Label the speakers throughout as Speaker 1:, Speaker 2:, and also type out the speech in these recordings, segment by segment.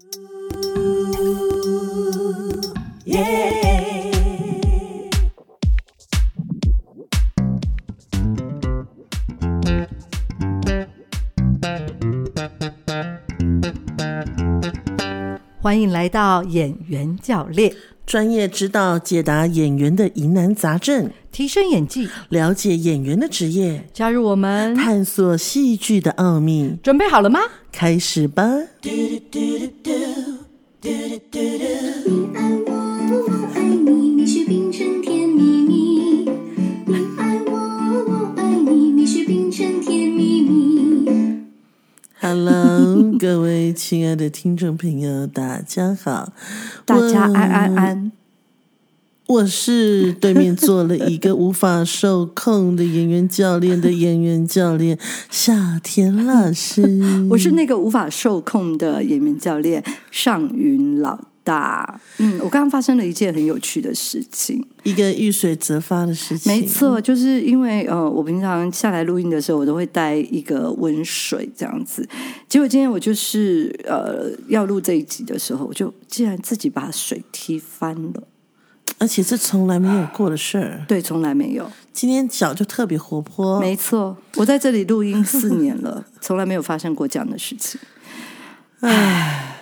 Speaker 1: 欢迎来到演员教练，
Speaker 2: 专业指导解答演员的疑难杂症，
Speaker 1: 提升演技，
Speaker 2: 了解演员的职业，
Speaker 1: 加入我们，
Speaker 2: 探索戏剧的奥秘。
Speaker 1: 准备好了吗？
Speaker 2: 开始吧！
Speaker 3: 你爱我，我爱你，蜜雪冰城甜蜜蜜。你爱我，我爱你，蜜雪冰城甜蜜蜜。
Speaker 2: Hello， 各位亲爱的听众朋友，大家好，
Speaker 1: 大家安。
Speaker 2: 我是对面坐了一个无法受控的演员教练的演员教练夏田老师，
Speaker 1: 我是那个无法受控的演员教练尚云老大。我刚刚发生了一件很有趣的事情，
Speaker 2: 一个遇水则发的事情。
Speaker 1: 没错，就是因为我平常下来录音的时候，我都会带一个温水这样子。结果今天我就是要录这一集的时候，我就竟然自己把水踢翻了。
Speaker 2: 而且这从来没有过的事儿。
Speaker 1: 对，从来没有。
Speaker 2: 今天脚就特别活泼。
Speaker 1: 没错，我在这里录音4年了，从来没有发生过这样的事情。唉。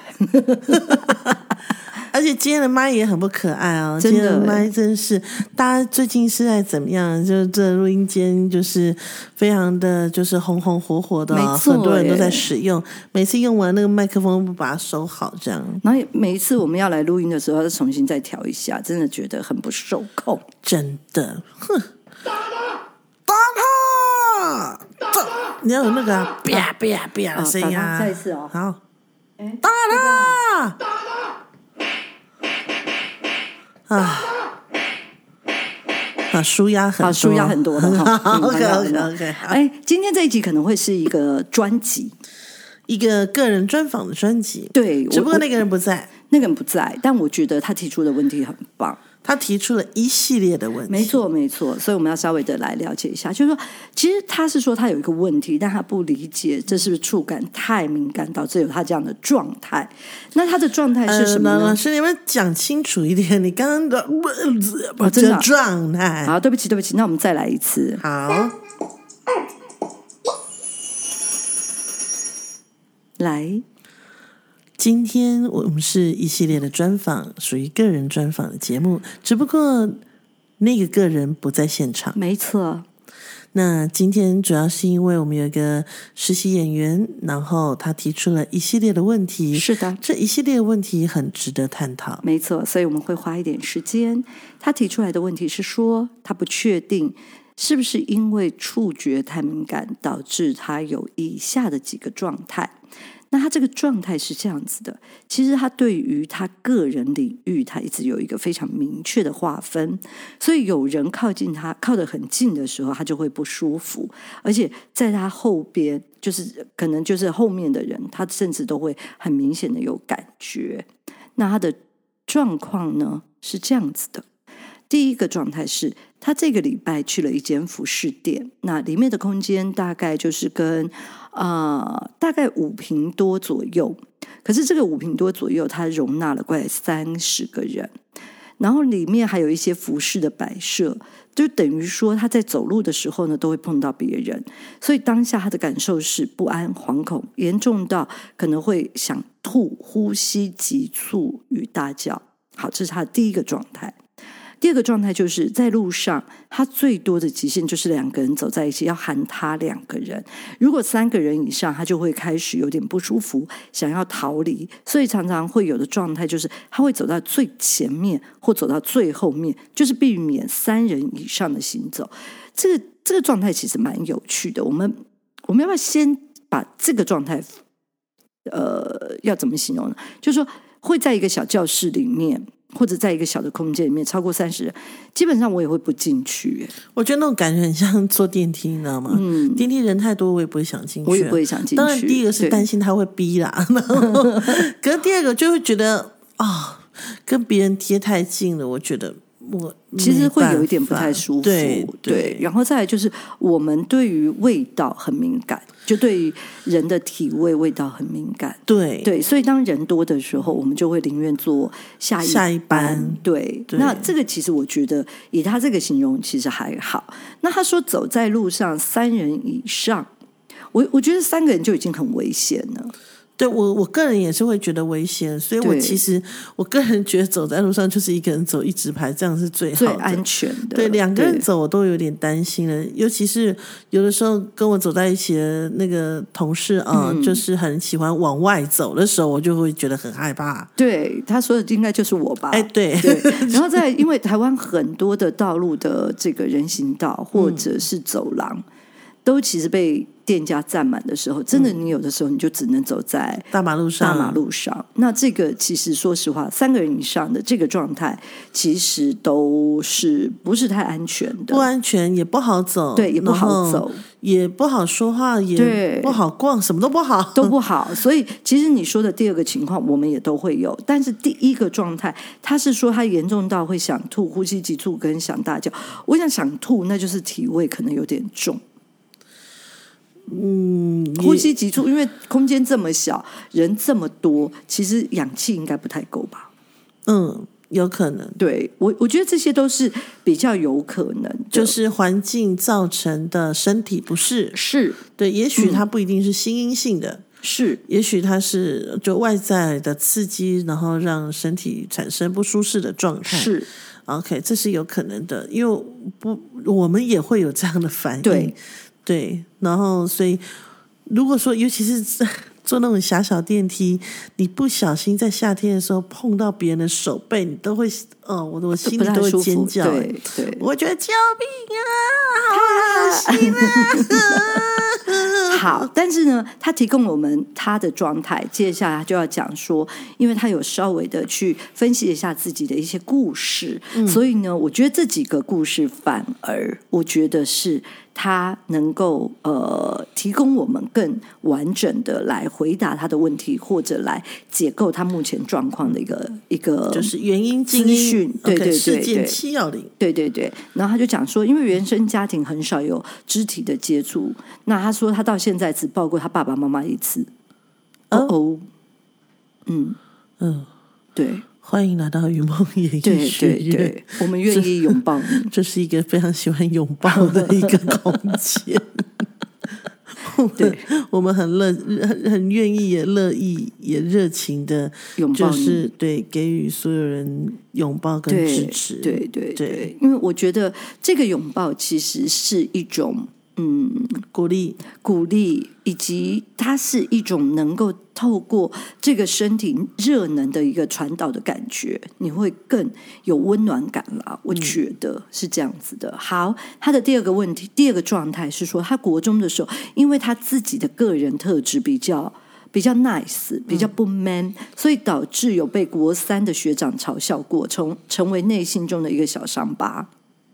Speaker 2: 而且今天的麦也很不可爱哦，
Speaker 1: 真的，
Speaker 2: 今天的麦真是，大家最近是在怎么样？就这录音间就是非常的就是红红火火的，很多人都在使用，每次用完那个麦克风不把它收好，这样。
Speaker 1: 然后每一次我们要来录音的时候，要重新再调一下，真的觉得很不受控，
Speaker 2: 真的。哼，打他！你要有那个啪啪啪的声音啊！
Speaker 1: 再一次哦，
Speaker 2: 好，打他！舒压很多，
Speaker 1: 舒压很多的哈。
Speaker 2: OK。
Speaker 1: 今天这一集可能会是一个专辑，
Speaker 2: 一个个人专访的专辑。
Speaker 1: 对，
Speaker 2: 只不过那个人不在，
Speaker 1: 但我觉得他提出的问题很棒。
Speaker 2: 他提出了一系列的问题，
Speaker 1: 没错，所以我们要稍微的来了解一下，就是说，其实他是说他有一个问题，但他不理解这是不是触感太敏感导致有他这样的状态。那他的状态是什么呢？
Speaker 2: 老师，你们讲清楚一点，你刚刚的
Speaker 1: 真的
Speaker 2: 状态。
Speaker 1: 好，对不起，那我们再来一次。
Speaker 2: 好，
Speaker 1: 来。
Speaker 2: 今天我们是一系列的专访，属于个人专访的节目，只不过那个个人不在现场。
Speaker 1: 没错。
Speaker 2: 那今天主要是因为我们有一个实习演员，然后他提出了一系列的问题。
Speaker 1: 是的，
Speaker 2: 这一系列的问题很值得探讨。
Speaker 1: 没错，所以我们会花一点时间。他提出来的问题是说，他不确定是不是因为触觉太敏感导致他有以下的几个状态。那他这个状态是这样子的，其实他对于他个人领域，他一直有一个非常明确的划分，所以有人靠近他，靠得很近的时候，他就会不舒服，而且在他后边，就是可能就是后面的人，他甚至都会很明显的有感觉。那他的状况呢是这样子的。第一个状态是他这个礼拜去了一间服饰店，那里面的空间大概就是跟大概5坪多左右，可是这个5坪多左右它容纳了快30个人，然后里面还有一些服饰的摆设，就等于说他在走路的时候呢都会碰到别人，所以当下他的感受是不安、惶恐，严重到可能会想吐、呼吸急促与大叫。好，这是他的第一个状态。第二个状态就是在路上，他最多的极限就是2个人走在一起，要含他2个人。如果3个人以上，他就会开始有点不舒服，想要逃离。所以常常会有的状态就是他会走到最前面或走到最后面，就是避免3人以上的行走。这个状态其实蛮有趣的。我们要不要先把这个状态要怎么形容呢？就是说会在一个小教室里面，或者在一个小的空间里面超过30人，基本上我也会不进去。
Speaker 2: 我觉得那种感觉很像坐电梯，你知道吗？电梯人太多，我也不会想进去。
Speaker 1: 我也不会想进去。
Speaker 2: 当然，第一个是担心他会逼啦，然后可是第二个就会觉得跟别人贴太近了，我觉得我
Speaker 1: 其实会有一点不太舒服。
Speaker 2: 对，
Speaker 1: 然后再来就是我们对于味道很敏感，就对于人的体味道很敏感。对，所以当人多的时候，我们就会宁愿坐下一班。对，那这个其实我觉得以他这个形容其实还好。那他说走在路上3人以上，我觉得3个人就已经很危险了。
Speaker 2: 对，我个人也是会觉得危险，所以我个人觉得走在路上就是一个人走一直排，这样是最好的、
Speaker 1: 最安全的。
Speaker 2: 对，2个人走我都有点担心了，尤其是有的时候跟我走在一起的那个同事啊，就是很喜欢往外走的时候，我就会觉得很害怕。
Speaker 1: 对，他说的应该就是我吧？
Speaker 2: 对。
Speaker 1: 然后因为台湾很多的道路的这个人行道或者是走廊，都其实被店家占满的时候，真的你有的时候你就只能走在
Speaker 2: 大马路上。
Speaker 1: 那这个其实说实话，3个人以上的这个状态，其实都是不是太安全的，
Speaker 2: 不安全也不好走，
Speaker 1: 对，也不好走，
Speaker 2: 也不好说话，也不好逛，什么都不好，
Speaker 1: 所以其实你说的第二个情况，我们也都会有。但是第一个状态，他是说他严重到会想吐、呼吸急促跟想大叫。我想吐，那就是体味可能有点重。呼吸急促，因为空间这么小，人这么多，其实氧气应该不太够吧？
Speaker 2: 有可能。
Speaker 1: 对，我觉得这些都是比较有可能的，
Speaker 2: 就是环境造成的身体不适。
Speaker 1: 是，
Speaker 2: 对，也许它不一定是心因性的，
Speaker 1: 是，
Speaker 2: 也许它是就外在的刺激，然后让身体产生不舒适的状态。
Speaker 1: 是。
Speaker 2: OK， 这是有可能的，因为我们也会有这样的反应。对，然后所以如果说尤其是坐那种狭小电梯，你不小心在夏天的时候碰到别人的手背，你都会我心里都会尖叫。
Speaker 1: 对，
Speaker 2: 我会觉得救命啊，好恶心啊！
Speaker 1: 好，但是呢，他提供我们他的状态，接下来就要讲说，因为他有稍微的去分析一下自己的一些故事，所以呢，我觉得这几个故事反而我觉得是他能够提供我们更完整的来回答他的问题，或者来解构他目前状况的一个
Speaker 2: 就是原因
Speaker 1: 资讯。对，
Speaker 2: 事件710。
Speaker 1: 对，然后他就讲说，因为原生家庭很少有肢体的接触，那他说他到现在只抱过他爸爸妈妈1次。对。
Speaker 2: 欢迎来到云梦演艺学院，
Speaker 1: 对，我们愿意拥抱你。
Speaker 2: 这是一个非常喜欢拥抱的一个空间。我们很愿意，也乐意，也热情的
Speaker 1: 拥抱你，
Speaker 2: 就是对给予所有人拥抱跟支持。
Speaker 1: 对，因为我觉得这个拥抱其实是一种鼓励，以及它是一种能够透过这个身体热能的一个传导的感觉，你会更有温暖感啦。我觉得是这样子的。好，他的第二个问题，第二个状态是说，他国中的时候，因为他自己的个人特质比较 nice， 比较不 man，所以导致有被国3的学长嘲笑过，成为内心中的一个小伤疤。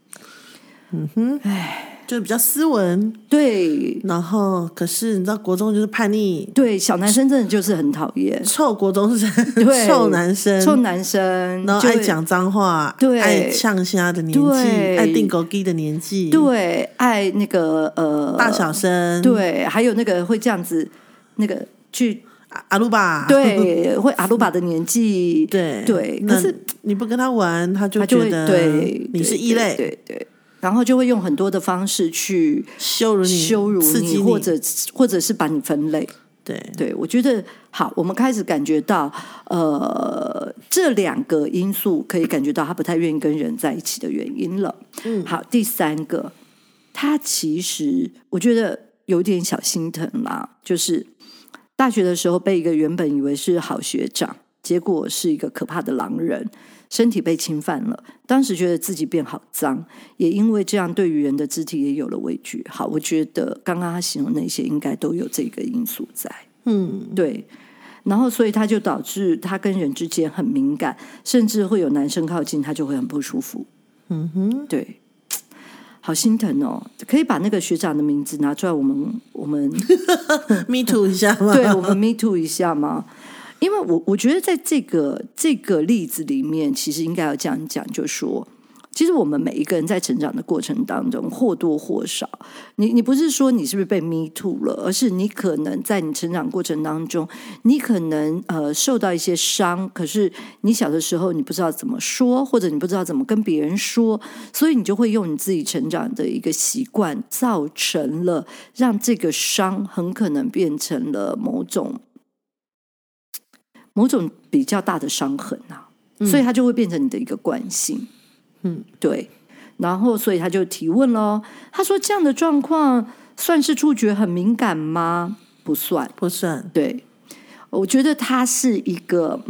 Speaker 2: 就比较斯文。
Speaker 1: 对，
Speaker 2: 然后可是你知道国中就是叛逆，
Speaker 1: 对，小男生真的就是很讨厌，
Speaker 2: 臭国中生，臭男生，然后爱讲脏话，
Speaker 1: 对，
Speaker 2: 爱呛虾的年纪，爱定狗鸡的年纪，
Speaker 1: 对，爱那个
Speaker 2: 大小声，
Speaker 1: 对，还有那个会这样子那个去
Speaker 2: 阿鲁巴，
Speaker 1: 对，会阿鲁巴的年纪，对，可是
Speaker 2: 你不跟他玩，他就觉得你是异类，
Speaker 1: 对。然后就会用很多的方式去
Speaker 2: 羞辱你，
Speaker 1: 或者是把你分类。对，我觉得好，我们开始感觉到这2个因素可以感觉到他不太愿意跟人在一起的原因了。好，第3个，他其实我觉得有点小心疼啦，就是大学的时候被一个原本以为是好学长，结果是一个可怕的狼人，身体被侵犯了，当时觉得自己变好脏，也因为这样对于人的肢体也有了畏惧。好，我觉得刚刚他形容那些应该都有这个因素在。对，然后所以他就导致他跟人之间很敏感，甚至会有男生靠近他就会很不舒服。对，好心疼哦！可以把那个学长的名字拿出来，我们
Speaker 2: me too 一下吗？
Speaker 1: 对，我们 me too 一下吗？因为我觉得在这个例子里面，其实应该要这样讲，就是说， 其实我们每一个人在成长的过程当中，或多或少，你不是说你是不是被 me too 了，而是你可能在你成长过程当中，你可能受到一些伤，可是你小的时候你不知道怎么说，或者你不知道怎么跟别人说，所以你就会用你自己成长的一个习惯，造成了让这个伤很可能变成了某种比较大的伤痕啊，所以它就会变成你的一个惯性。对，然后所以他就提问咯，他说这样的状况算是触觉很敏感吗？不算，
Speaker 2: 不算。
Speaker 1: 对，我觉得他是一个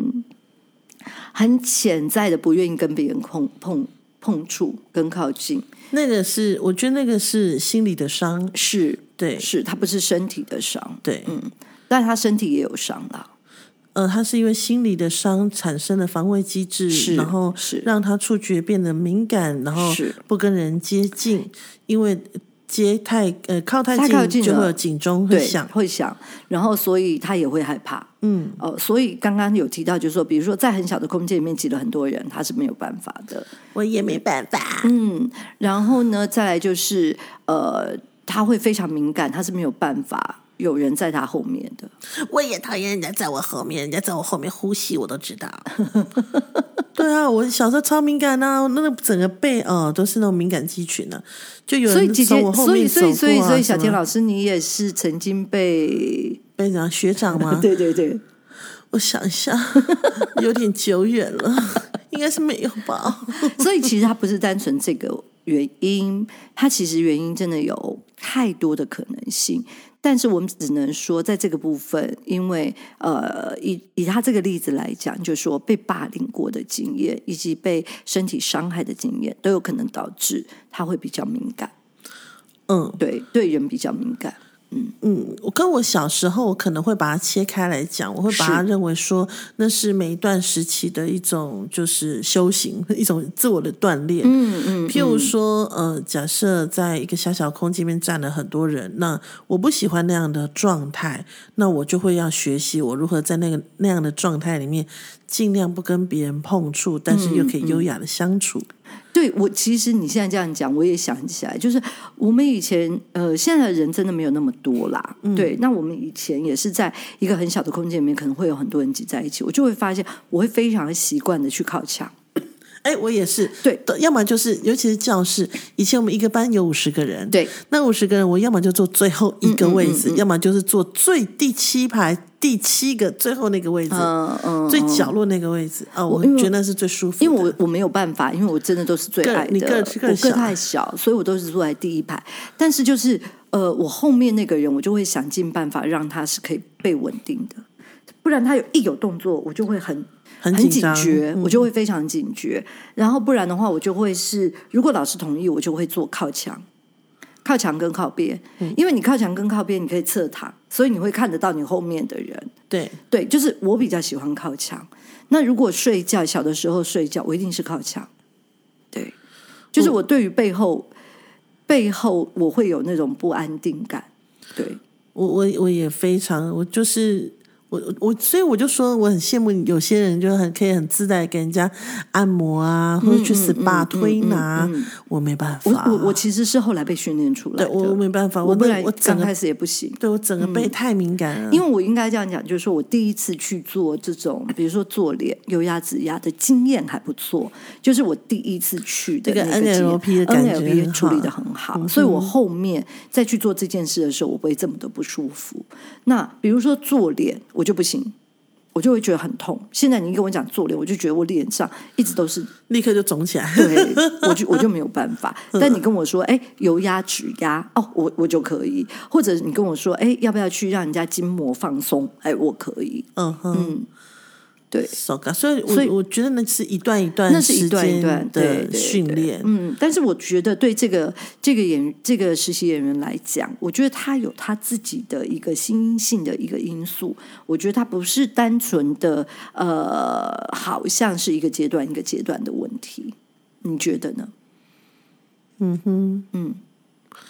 Speaker 1: 很潜在的不愿意跟别人碰触跟靠近。
Speaker 2: 那个是，我觉得那个是心理的伤，
Speaker 1: 是，
Speaker 2: 对，
Speaker 1: 是他不是身体的伤，
Speaker 2: 对，
Speaker 1: 但他身体也有伤啦。
Speaker 2: 他是因为心理的伤产生了防卫机制，然后让他触觉变得敏感，然后不跟人接近，因为靠太近就会有警钟会响，
Speaker 1: 然后所以他也会害怕。所以刚刚有提到，就是说，比如说在很小的空间里面挤了很多人，他是没有办法的，
Speaker 2: 我也没办法。
Speaker 1: 然后呢，再来就是他会非常敏感，他是没有办法有人在他后面的。
Speaker 2: 我也讨厌人家在我后面，人家在我后面呼吸我都知道。对啊，我小时候超敏感啊，那个整个背都是那种敏感肌群啊，就有人从我后面走过啊。
Speaker 1: 所以小田老师，你也是曾经被
Speaker 2: 怎样学长吗？
Speaker 1: 对对对，
Speaker 2: 我想一下，有点久远了，应该是没有吧。
Speaker 1: 所以其实它不是单纯这个原因，它其实原因真的有太多的可能性。但是我们只能说，在这个部分，因为以他这个例子来讲，就是说被霸凌过的经验，以及被身体伤害的经验，都有可能导致他会比较敏感。对人比较敏感。
Speaker 2: 我跟我小时候，我可能会把它切开来讲，我会把它认为说，那是每一段时期的一种就是修行，一种自我的锻炼。譬如说，假设在一个小小空间里面站了很多人，那我不喜欢那样的状态，那我就会要学习我如何在那样的状态里面，尽量不跟别人碰触，但是又可以优雅的相处。
Speaker 1: 对，我其实你现在这样讲，我也想起来，就是我们以前现在的人真的没有那么多啦。对，那我们以前也是在一个很小的空间里面，可能会有很多人挤在一起，我就会发现，我会非常习惯的去靠墙。
Speaker 2: 我也是，
Speaker 1: 对，
Speaker 2: 要么就是尤其是教室，以前我们一个班有50个人，
Speaker 1: 对，
Speaker 2: 那50个人，我要么就坐最后一个位置，要么就是坐第7排第7个最后那个位置，最角落那个位置我觉得那是最舒服的。
Speaker 1: 因为我没有办法，因为我真的都是最矮的，我个太小，所以我都是坐在第1排。但是就是我后面那个人，我就会想尽办法让他是可以被稳定的，不然他一有动作，我就会很警觉，我就会非常警觉。然后不然的话，我就会是，如果老师同意，我就会坐靠墙跟靠边，因为你靠墙跟靠边，你可以侧躺，所以你会看得到你后面的人。对，就是我比较喜欢靠墙。那如果睡觉，小的时候睡觉，我一定是靠墙。对，就是我对于背后我会有那种不安定感。对，
Speaker 2: 我也非常，我就是所以我就说我很羡慕有些人就可以很自在给人家按摩啊，或者去 SPA 推拿，我没办法。
Speaker 1: 我其实是后来被训练出来的，
Speaker 2: 对，我没办法，我
Speaker 1: 刚开始也不行，
Speaker 2: 对，我整个背太敏感了。
Speaker 1: 因为我应该这样讲，就是说我第一次去做这种，比如说做脸油压指压的经验还不错，就是我第一次去的那个
Speaker 2: NLP 的感觉
Speaker 1: NLP 处理的很好，所以我后面再去做这件事的时候，我不会这么的不舒服。那比如说做脸，我就不行，我就会觉得很痛。现在你跟我讲做脸，我就觉得我脸上一直都是
Speaker 2: 立刻就肿起来，
Speaker 1: 对，我就没有办法。但你跟我说，油压指压，我就可以。或者你跟我说，要不要去让人家筋膜放松？我可以。对，
Speaker 2: 所以我觉得那是一段一段，
Speaker 1: 那是一段一段
Speaker 2: 的训练。
Speaker 1: 但是我觉得对这个实习演员来讲，我觉得他有他自己的一个新因性的一个因素。我觉得他不是单纯的好像是一个阶段一个阶段的问题。你觉得呢？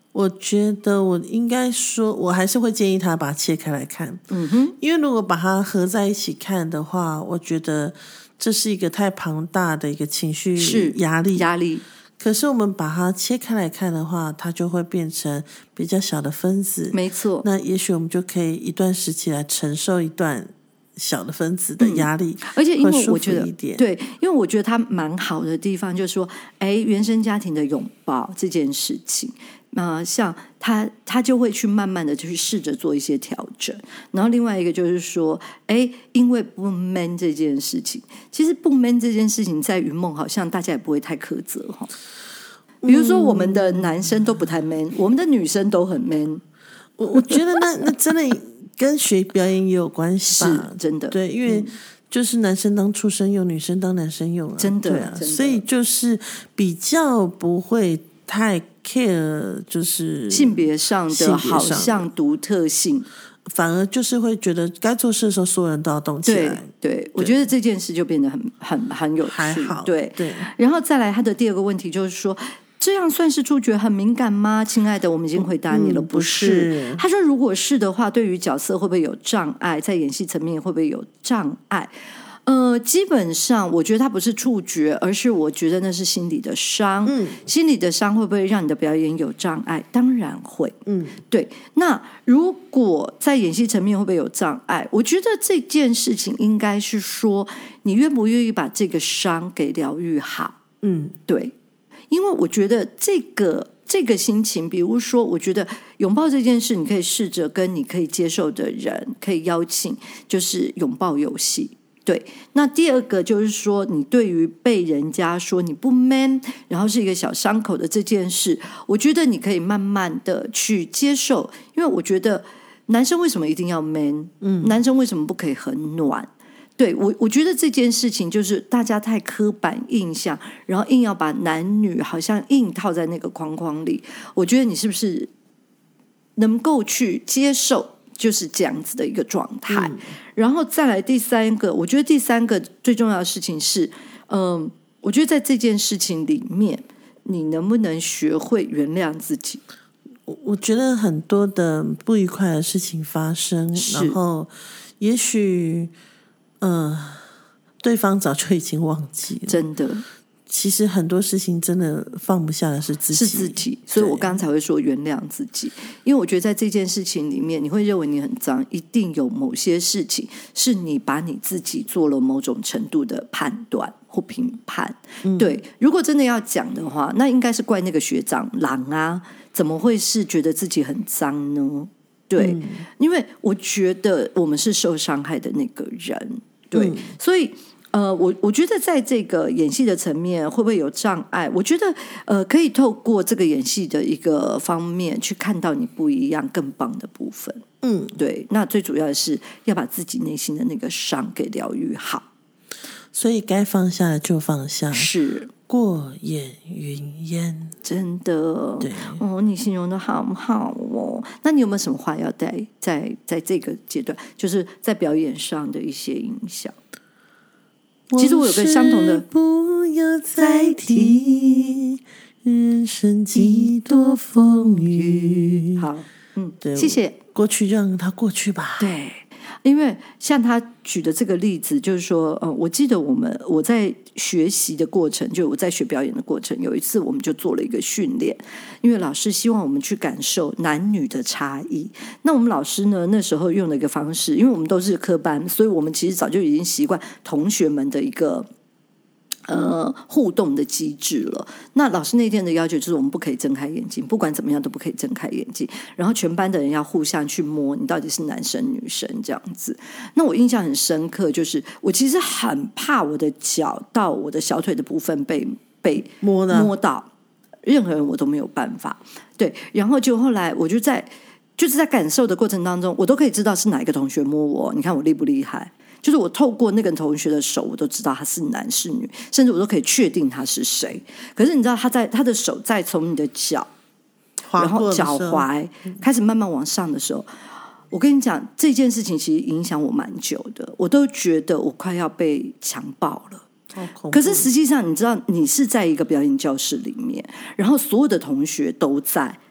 Speaker 2: 我觉得我应该说，我还是会建议他把它切开来看。因为如果把它合在一起看的话，我觉得这是一个太庞大的一个情绪压力。可是我们把它切开来看的话，它就会变成比较小的分子。
Speaker 1: 没错。
Speaker 2: 那也许我们就可以一段时期来承受一段小的分子的压力，
Speaker 1: 而且因为我觉得
Speaker 2: 对，
Speaker 1: 因为我觉得它蛮好的地方就是说，原生家庭的拥抱这件事情，像他就会去慢慢的去试着做一些调整。然后另外一个就是说，因为不 man 这件事情，其实不 man 这件事情在云梦好像大家也不会太苛责哈。比如说我们的男生都不太 man，我们的女生都很 man。
Speaker 2: 我觉得那真的跟学表演也有关系吧，
Speaker 1: 是真的。
Speaker 2: 对，因为就是男生当畜生用，女生当男生用啊，
Speaker 1: 真的，
Speaker 2: 对啊，所以就是比较不会太 care， 就是
Speaker 1: 性别上的好像独特性，
Speaker 2: 反而就是会觉得该做事的时候，所有人都要动起来。
Speaker 1: 对，我觉得这件事就变得很有趣，
Speaker 2: 还好。
Speaker 1: 对。
Speaker 2: 然
Speaker 1: 后再来，他的第二个问题就是说，这样算是触觉很敏感吗？亲爱的，我们已经回答你了，不是。他说，如果是的话，对于角色会不会有障碍？在演戏层面会不会有障碍？基本上我觉得它不是触觉，而是我觉得那是心理的伤。心理的伤会不会让你的表演有障碍？当然会。对。那如果在演戏层面会不会有障碍？我觉得这件事情应该是说，你愿不愿意把这个伤给疗愈好？对。因为我觉得这个心情，比如说我觉得拥抱这件事，你可以试着跟你可以接受的人可以邀请，就是拥抱游戏。对。那第二个就是说，你对于被人家说你不 man， 然后是一个小伤口的这件事，我觉得你可以慢慢的去接受。因为我觉得男生为什么一定要 man？男生为什么不可以很暖？对，我觉得这件事情就是大家太刻板印象，然后硬要把男女好像硬套在那个框框里。我觉得你是不是能够去接受就是这样子的一个状态？然后再来第三个，我觉得第三个最重要的事情是，我觉得在这件事情里面，你能不能学会原谅自己？
Speaker 2: 我觉得很多的不愉快的事情发生，然后也许对方早就已经忘记了，
Speaker 1: 真的。
Speaker 2: 其实很多事情真的放不下的是自己，
Speaker 1: 所以我刚才会说原谅自己。因为我觉得在这件事情里面，你会认为你很脏，一定有某些事情是你把你自己做了某种程度的判断或评判。对，如果真的要讲的话，那应该是怪那个学长狼啊，怎么会是觉得自己很脏呢？对，因为我觉得我们是受伤害的那个人。对，所以我觉得在这个演戏的层面会不会有障碍？我觉得可以透过这个演戏的一个方面去看到你不一样更棒的部分。对，那最主要的是要把自己内心的那个伤给疗愈好。
Speaker 2: 所以该放下的就放下，
Speaker 1: 是
Speaker 2: 过眼云烟。
Speaker 1: 真的，
Speaker 2: 对
Speaker 1: 你形容的好好哦。那你有没有什么话要带在这个阶段，就是在表演上的一些影响？其实我有个相同的，
Speaker 2: 不要再提人生几多风雨。
Speaker 1: 好，
Speaker 2: 对，
Speaker 1: 谢谢。
Speaker 2: 过去让它过去吧。
Speaker 1: 对，因为像他举的这个例子，就是说，我记得我在学习的过程，就我在学表演的过程，有一次我们就做了一个训练，因为老师希望我们去感受男女的差异。那我们老师呢，那时候用了一个方式，因为我们都是科班，所以我们其实早就已经习惯同学们的一个互动的机制了。那老师那天的要求就是我们不可以睁开眼睛，不管怎么样都不可以睁开眼睛，然后全班的人要互相去摸你到底是男生女生这样子。那我印象很深刻，就是我其实很怕我的脚到我的小腿的部分被摸到，任何人我都没有办法。对，然后就后来我就是在感受的过程当中，我都可以知道是哪一个同学摸我，你看我厉不厉害？就是我透过那个同学的手，我都知道他是男是女，甚至我都可以确定他是谁。可是你知道他的手再从你的脚，然后脚踝开始慢慢往上的时候，我跟你讲这件事情其实影响我蛮久的，我都觉得我快要被强暴了。可是实际上你知道你是在一个表演教室里面，然后所有的同学都在，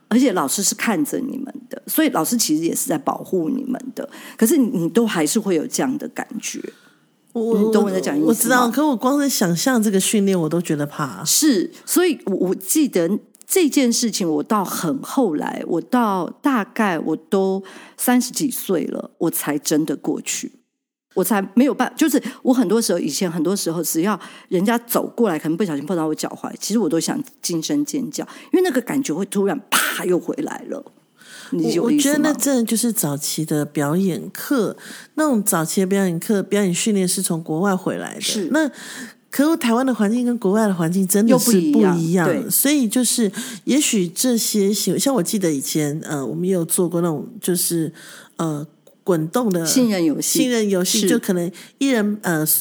Speaker 1: 而且老师是看着你们的，所以老师其实也是在保护你们的。可是你都还是会有这样的感觉。你懂我在讲意思吗？
Speaker 2: 我知道，可我光是想象这个训练，我都觉得怕。
Speaker 1: 是，所以我记得这件事情，我到很后来，我到大概我都30几岁了，我才真的过去。我才没有办法，就是我很多时候，以前很多时候，只要人家走过来，可能不小心碰到我脚踝，其实我都想惊声尖叫，因为那个感觉会突然啪又回来了。
Speaker 2: 我觉得那真的就是早期的表演课，那种早期的表演课、表演训练是从国外回来的。
Speaker 1: 是
Speaker 2: 那可是台湾的环境跟国外的环境真的是不一样，所以就是也许这些像我记得以前我们也有做过那种就是滚动的
Speaker 1: 信任游戏，
Speaker 2: 就可能一人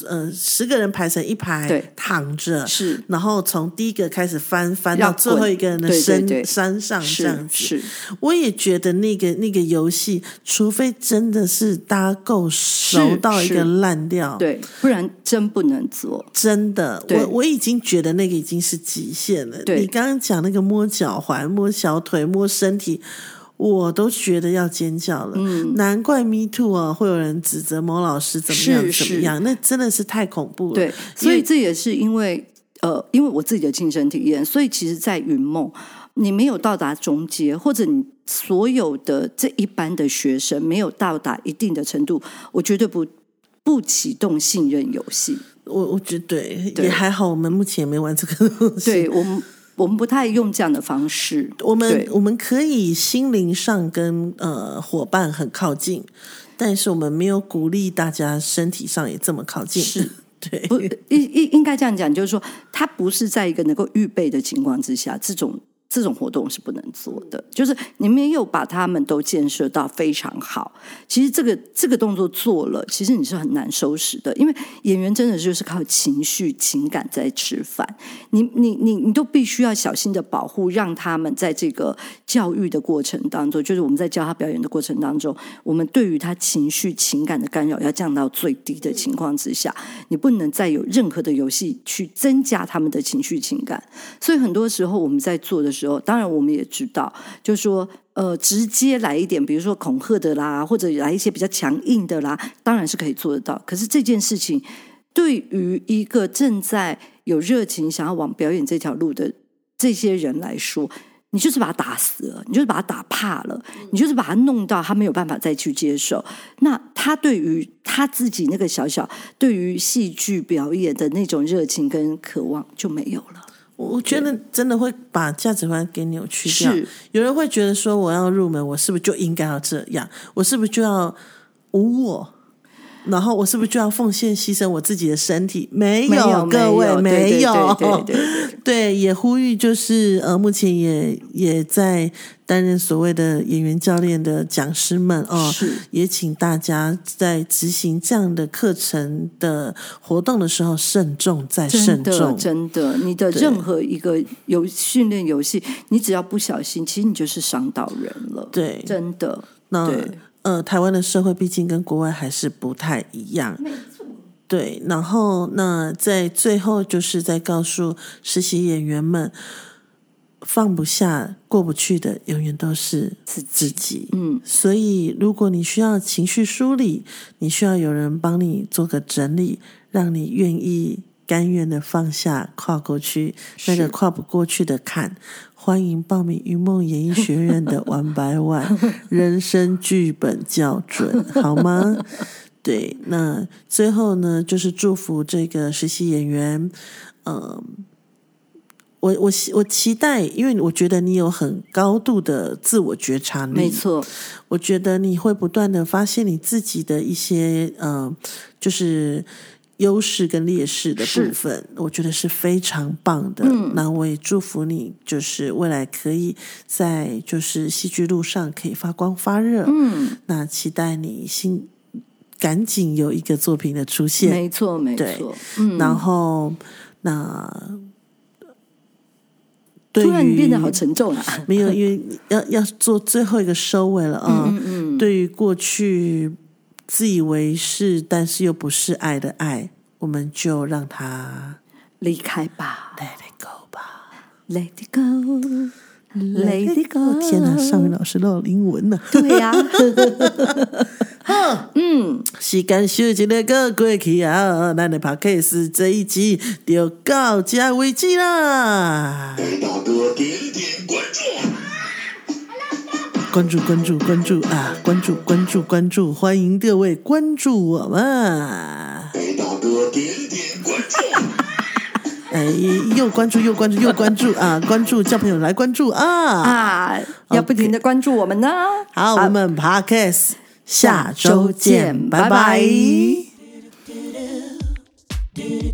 Speaker 2: 10个人排成一排躺着，
Speaker 1: 是，然
Speaker 2: 后从第一个开始翻到最后一个人的身上这样子。
Speaker 1: 是，
Speaker 2: 我也觉得那个游戏，除非真的是大家够熟到一个烂掉，
Speaker 1: 对，不然真不能做。
Speaker 2: 真的，我已经觉得那个已经是极限了。你刚刚讲那个摸脚踝、摸小腿、摸身体。我都觉得要尖叫了，难怪 Me Too 啊，会有人指责某老师怎么样，那真的是太恐怖了。
Speaker 1: 对，所以这也是因为我自己的亲身体验，所以其实在云梦，你没有到达中阶，或者你所有的这一班的学生没有到达一定的程度，我绝对不启动信任游戏。
Speaker 2: 我觉得对，也还好，我们目前也没玩这个东西。
Speaker 1: 对，我们不太用这样的方式。
Speaker 2: 我们可以心灵上跟伙伴很靠近，但是我们没有鼓励大家身体上也这么靠近。
Speaker 1: 是，
Speaker 2: 对，
Speaker 1: 应该这样讲，就是说，它不是在一个能够预备的情况之下，这种活动是不能做的，就是你没有把他们都建设到非常好。其实这个动作做了，其实你是很难收拾的，因为演员真的就是靠情绪、情感在吃饭。你都必须要小心的保护，让他们在这个教育的过程当中，就是我们在教他表演的过程当中，我们对于他情绪、情感的干扰要降到最低的情况之下，你不能再有任何的游戏去增加他们的情绪、情感。所以很多时候我们在做的时候，当然我们也知道，就是说直接来一点，比如说恐吓的啦，或者来一些比较强硬的啦，当然是可以做得到。可是这件事情对于一个正在有热情想要往表演这条路的这些人来说，你就是把他打死了，你就是把他打怕了，你就是把他弄到他没有办法再去接受。那他对于他自己那个小对于戏剧表演的那种热情跟渴望就没有了。
Speaker 2: 我觉得真的会把价值观给扭曲掉。有人会觉得说，我要入门，我是不是就应该要这样？我是不是就要无我？然后我是不是就要奉献牺牲我自己的身体？没有，各位没有。对，也呼吁就是目前也在担任所谓的演员教练的讲师们也请大家在执行这样的课程的活动的时候慎重再慎重。
Speaker 1: 真的，你的任何一个训练游戏，你只要不小心，其实你就是伤到人了。对，真的。
Speaker 2: 台湾的社会毕竟跟国外还是不太一样，没错。对，然后那在最后就是在告诉实习演员们，放不下、过不去的，永远都是自己。所以如果你需要情绪梳理，你需要有人帮你做个整理，让你愿意甘愿的放下，跨过去那个跨不过去的坎。欢迎报名云梦演艺学院的1 by 1人生剧本校准，好吗？对，那最后呢，就是祝福这个实习演员。我期待，因为我觉得你有很高度的自我觉察力，
Speaker 1: 没错。
Speaker 2: 我觉得你会不断的发现你自己的一些就是优势跟劣势的部分，我觉得是非常棒的。那我也祝福你，就是未来可以在就是戏剧路上可以发光发热。那期待你赶紧有一个作品的出现。
Speaker 1: 没错，没错。
Speaker 2: 然后那
Speaker 1: 突然你变得好沉重啊！
Speaker 2: 没有，因为要做最后一个收尾了啊。对于过去自以为是但是又不是爱的爱，我们就让它
Speaker 1: 离开吧，
Speaker 2: Let it go 吧，
Speaker 1: Let it go。 Let it go。
Speaker 2: 天哪，少云老师都有英文呢。
Speaker 1: 对呀、
Speaker 2: 时间小一个个过去啊，咱的 podcast 这一集就到这为止啦。大哥点点关注，关注啊！关注，欢迎各位关注我们。大哥点点关注。又关注啊！关注叫朋友来关注啊！
Speaker 1: 要不停的关注我们呢。
Speaker 2: 好，我们 podcast 下周见，拜拜。